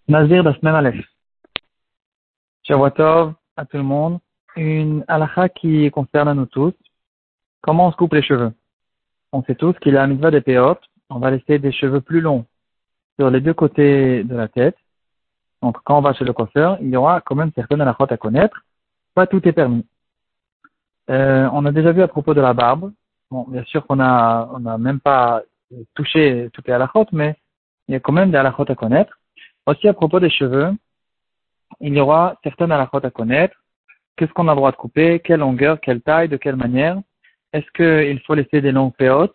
Nazir de la semaine Aleph. Shavuot à tout le monde. Une halakha qui concerne nous tous. Comment on se coupe les cheveux? On sait tous qu'il y a la mitzvah des péotes. On va laisser des cheveux plus longs sur les deux côtés de la tête. Donc, quand on va chez le coiffeur, il y aura quand même certaines halakhot à connaître. Pas tout est permis. On a déjà vu à propos de la barbe. Bon, bien sûr qu'on a même pas touché toutes les halakhot, mais il y a quand même des halakhot à connaître. Aussi à propos des cheveux, il y aura certaines halakhot à connaître. Qu'est-ce qu'on a le droit de couper? Quelle longueur? Quelle taille? De quelle manière? Est-ce qu'il faut laisser des longues péotes,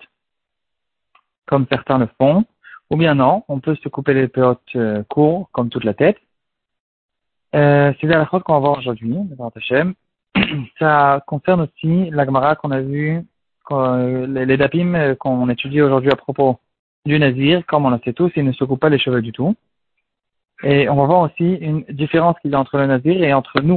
comme certains le font? Ou bien non, on peut se couper les péotes courts, comme toute la tête. C'est des halakhot qu'on va voir aujourd'hui, Hashem. Ça concerne aussi la Gemara qu'on a vu, les dapim qu'on étudie aujourd'hui à propos du nazir. Comme on le sait tous, il ne se coupe pas les cheveux du tout. Et on va voir aussi une différence qu'il y a entre le nazir et entre nous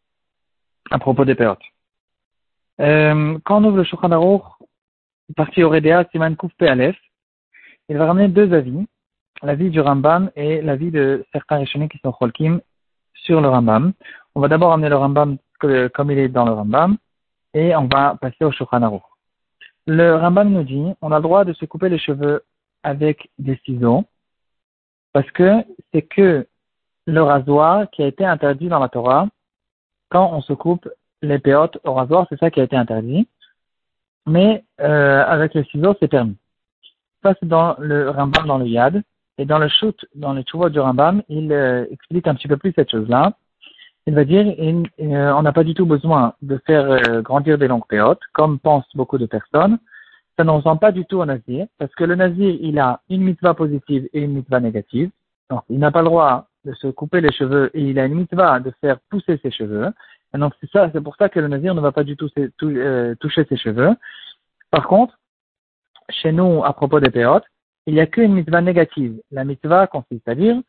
à propos des péotes. Quand on ouvre le Shulchan Aruch, partie Oredea, Siman Kuf Pe Aleph, il va ramener deux avis, l'avis du Rambam et l'avis de certains Rishonim qui sont Cholkim sur le Rambam. On va d'abord ramener le Rambam comme il est dans le Rambam et on va passer au Shulchan Aruch. Le Rambam nous dit, on a le droit de se couper les cheveux avec des ciseaux parce que c'est que le rasoir qui a été interdit dans la Torah quand on se coupe les péotes au rasoir, c'est ça qui a été interdit. Mais avec les ciseaux, c'est permis. Ça, c'est dans le Rambam, dans le Yad. Et dans le Shoot, dans les Tchouvot du Rambam, il explique un petit peu plus cette chose-là. Il va dire, on n'a pas du tout besoin de faire grandir des longues péotes, comme pensent beaucoup de personnes. Ça ne ressemble pas du tout au nazir, parce que le nazir, il a une mitzvah positive et une mitzvah négative. Donc, il n'a pas le droit de se couper les cheveux et il a une mitzvah de faire pousser ses cheveux. Et donc, c'est pour ça que le nazir ne va pas du tout toucher ses cheveux. Par contre, chez nous, à propos des péotes, il n'y a qu'une mitzvah négative. La mitzvah consiste à dire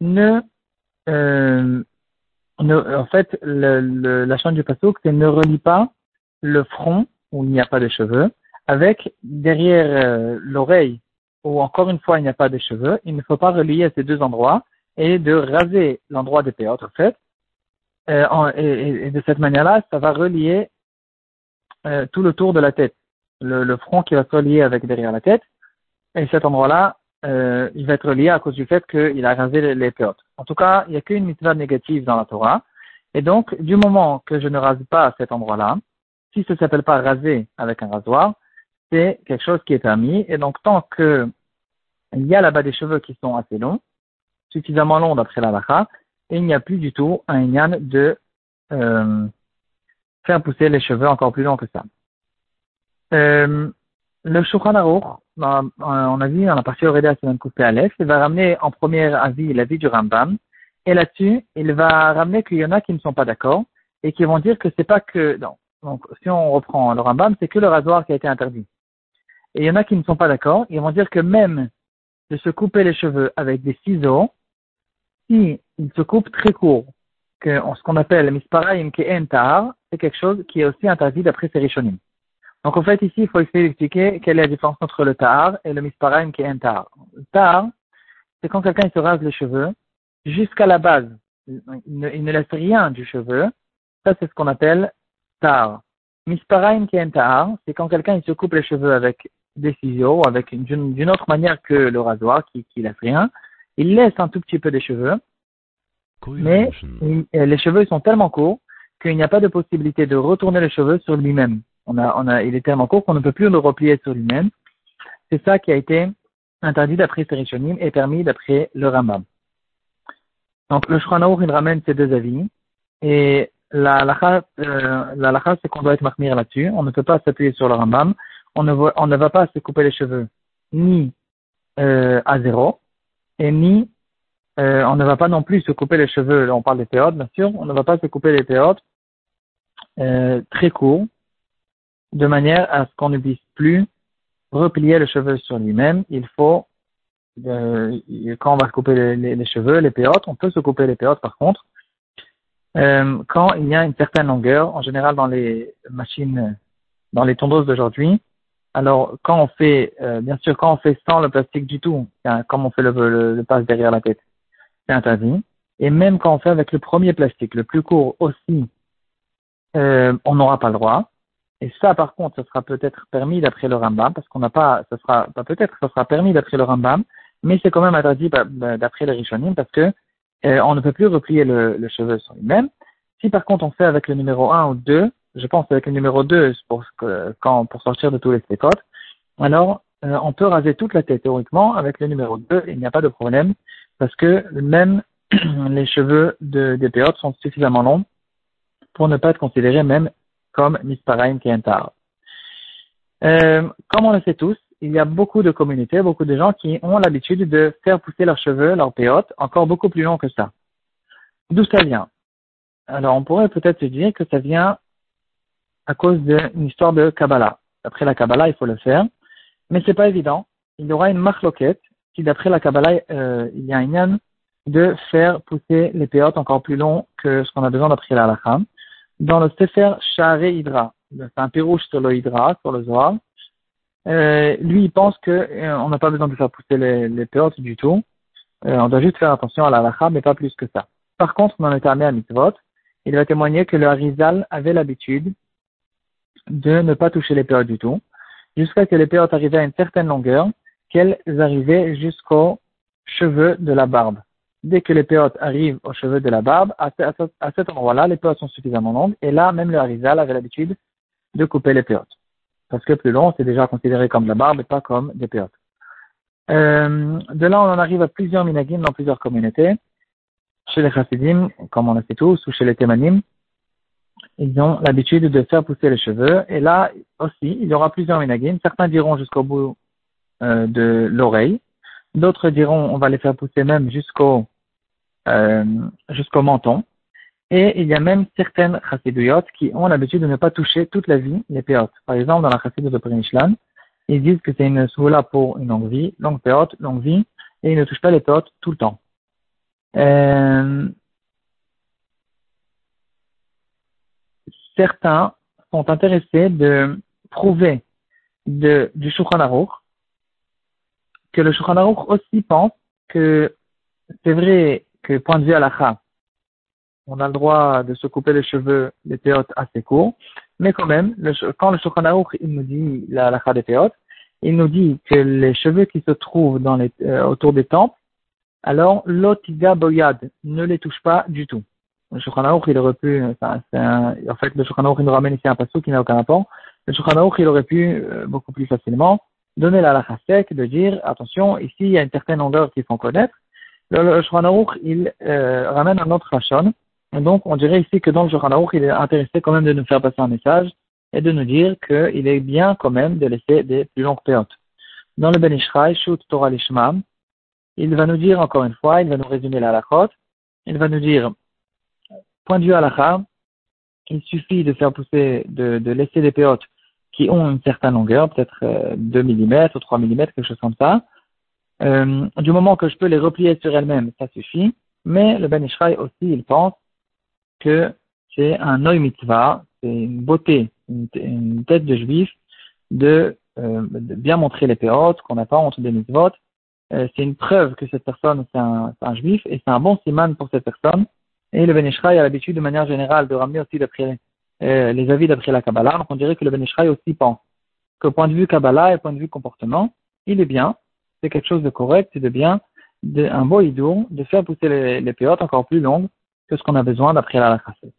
en fait, la chaîne du pasuk, c'est ne relie pas le front où il n'y a pas de cheveux avec derrière l'oreille où encore une fois il n'y a pas de cheveux. Il ne faut pas relier ces deux endroits et de raser l'endroit des péotes, en fait. Et de cette manière-là, ça va relier tout le tour de la tête. Le front qui va se relier avec derrière la tête. Et cet endroit-là, il va être relié à cause du fait qu'il a rasé les péotes. En tout cas, il n'y a qu'une mitzvah négative dans la Torah. Et donc, du moment que je ne rase pas cet endroit-là, si ça ne s'appelle pas raser avec un rasoir, c'est quelque chose qui est permis. Et donc, tant que il y a là-bas des cheveux qui sont assez longs, suffisamment longs d'après la halakha, et il n'y a plus du tout un inyan de faire pousser les cheveux encore plus longs que ça. Le Shulchan Aruch, on a vu dans la partie Oredea Siman Kuf Pe Aleph, il va ramener en premier avis l'avis du Rambam, et là-dessus, il va ramener qu'il y en a qui ne sont pas d'accord, et qui vont dire que c'est pas que, non. Donc, si on reprend le Rambam, c'est que le rasoir qui a été interdit. Et il y en a qui ne sont pas d'accord, ils vont dire que même de se couper les cheveux avec des ciseaux, si ils se coupent très court, que ce qu'on appelle misparayim ke'en ta'ar, c'est quelque chose qui est aussi interdit d'après ces Rishonim. Donc en fait ici, il faut essayer d'expliquer quelle est la différence entre le ta'ar et le misparayim ke'en ta'ar. Le ta'ar, c'est quand quelqu'un se rase les cheveux jusqu'à la base, il ne laisse rien du cheveu, ça c'est ce qu'on appelle ta'ar. Misparayim ke'en ta'ar, c'est quand quelqu'un il se coupe les cheveux avec des ciseaux, avec d'une autre manière que le rasoir qui laisse rien, il laisse un tout petit peu des cheveux, mais les cheveux sont tellement courts qu'il n'y a pas de possibilité de retourner les cheveux sur lui-même. Il est tellement court qu'on ne peut plus le replier sur lui-même. C'est ça qui a été interdit d'après ces Rishonim et permis d'après le Rambam. Donc le Shulchan Aruch, il ramène ces deux avis et la halakha, c'est qu'on doit être mahmir là-dessus. On ne peut pas s'appuyer sur le Rambam. On ne va pas se couper les cheveux ni à zéro et ni on ne va pas non plus se couper les cheveux. Là, on parle des péotes, bien sûr. On ne va pas se couper les péotes très courts, de manière à ce qu'on ne puisse plus replier le cheveu sur lui-même. Il faut, quand on va se couper les cheveux, les péotes, on peut se couper les péotes par contre, quand il y a une certaine longueur, en général dans les machines, dans les tondeuses d'aujourd'hui. Alors, quand on fait, bien sûr, quand on fait sans le plastique du tout, comme on fait le passe derrière la tête, c'est interdit. Et même quand on fait avec le premier plastique, le plus court aussi, on n'aura pas le droit. Et ça, par contre, ce sera peut-être permis d'après le Rambam, parce qu'on n'a pas, ce sera pas peut-être, ce sera permis d'après le Rambam, mais c'est quand même interdit d'après les Rishonim, parce que on ne peut plus replier le cheveu sur lui-même. Si par contre on fait avec le numéro 1 ou 2, je pense avec le numéro 2 pour sortir de tous les spécotes, alors on peut raser toute la tête théoriquement avec le numéro 2, il n'y a pas de problème, parce que même les cheveux des péotes sont suffisamment longs pour ne pas être considérés même comme Misparaim Kentar. Comme on le sait tous, il y a beaucoup de communautés, beaucoup de gens qui ont l'habitude de faire pousser leurs cheveux, leurs péotes, encore beaucoup plus longs que ça. D'où ça vient? Alors on pourrait peut-être se dire que ça vient à cause d'une histoire de Kabbalah. D'après la Kabbalah, il faut le faire, mais c'est pas évident. Il y aura une marloquette si d'après la Kabbalah, il y a un yan de faire pousser les péotes encore plus longs que ce qu'on a besoin d'après la halakha. Dans le Sefer Sha'arei Hydra, c'est un pirouche sur le Hydra, sur le Zohar, lui il pense que on n'a pas besoin de faire pousser les péotes du tout. On doit juste faire attention à la halakha, mais pas plus que ça. Par contre, dans le Tameh à Mitzvot, il va témoigner que le Harizal avait l'habitude de ne pas toucher les péotes du tout, jusqu'à ce que les péotes arrivaient à une certaine longueur, qu'elles arrivaient jusqu'aux cheveux de la barbe. Dès que les péotes arrivent aux cheveux de la barbe, à cet endroit-là, les péotes sont suffisamment longues, et là, même le Harizal avait l'habitude de couper les péotes. Parce que plus long, c'est déjà considéré comme de la barbe et pas comme des péotes. De là, on en arrive à plusieurs minagim dans plusieurs communautés. Chez les chassidim, comme on le sait tous, ou chez les témanim, ils ont l'habitude de faire pousser les cheveux. Et là aussi, il y aura plusieurs minagim. Certains diront jusqu'au bout de l'oreille. D'autres diront on va les faire pousser même jusqu'au menton. Et il y a même certaines chassidouyot qui ont l'habitude de ne pas toucher toute la vie les péotes. Par exemple, dans la chassidou de Prenishlan, ils disent que c'est une soula pour une longue vie, longue péote, longue vie, et ils ne touchent pas les péotes tout le temps. Certains sont intéressés de prouver du Shulchan Aruch que le Shulchan Aruch aussi pense que c'est vrai que point de vue halakha, on a le droit de se couper les cheveux, les péotes assez courts, mais quand même, quand le Shulchan Aruch il nous dit la halakha des péotes, il nous dit que les cheveux qui se trouvent autour des tempes, alors l'otiga boyad ne les touche pas du tout. Le Shulchan Aruch, il aurait pu, en fait, le Shulchan Aruch, il nous ramène ici un passage qui n'a aucun rapport. Le Shulchan Aruch, il aurait pu, beaucoup plus facilement, donner la halakha sec, de dire, attention, ici, il y a une certaine longueur qu'il faut connaître. Le Shulchan Aruch, il, ramène un autre rachon. Et donc, on dirait ici que dans le Shulchan Aruch, il est intéressé quand même de nous faire passer un message et de nous dire qu'il est bien quand même de laisser des plus longues péotes. Dans le Ben Ishraï, Shut Torah Lishmam, il va nous dire encore une fois, il va nous résumer la halachot, il va nous dire, point de vue halakha, il suffit de faire pousser, de laisser des péotes qui ont une certaine longueur, peut-être 2 mm ou 3 mm, quelque chose comme ça. Du moment que je peux les replier sur elles-mêmes, ça suffit. Mais le Ben Ishraï aussi, il pense que c'est un oï mitzvah, c'est une beauté, une tête de juif de bien montrer les péotes, qu'on n'a pas honte des mitzvot. C'est une preuve que cette personne c'est un juif et c'est un bon siman pour cette personne. Et le Ben Ishraï a l'habitude de manière générale de ramener aussi d'après les avis d'après la Kabbalah. Donc on dirait que le Ben Ishraï aussi pense qu'au point de vue Kabbalah et point de vue comportement, il est bien, c'est quelque chose de correct, c'est de bien, un beau hidour, de faire pousser les péotes encore plus longues que ce qu'on a besoin d'après la halakha.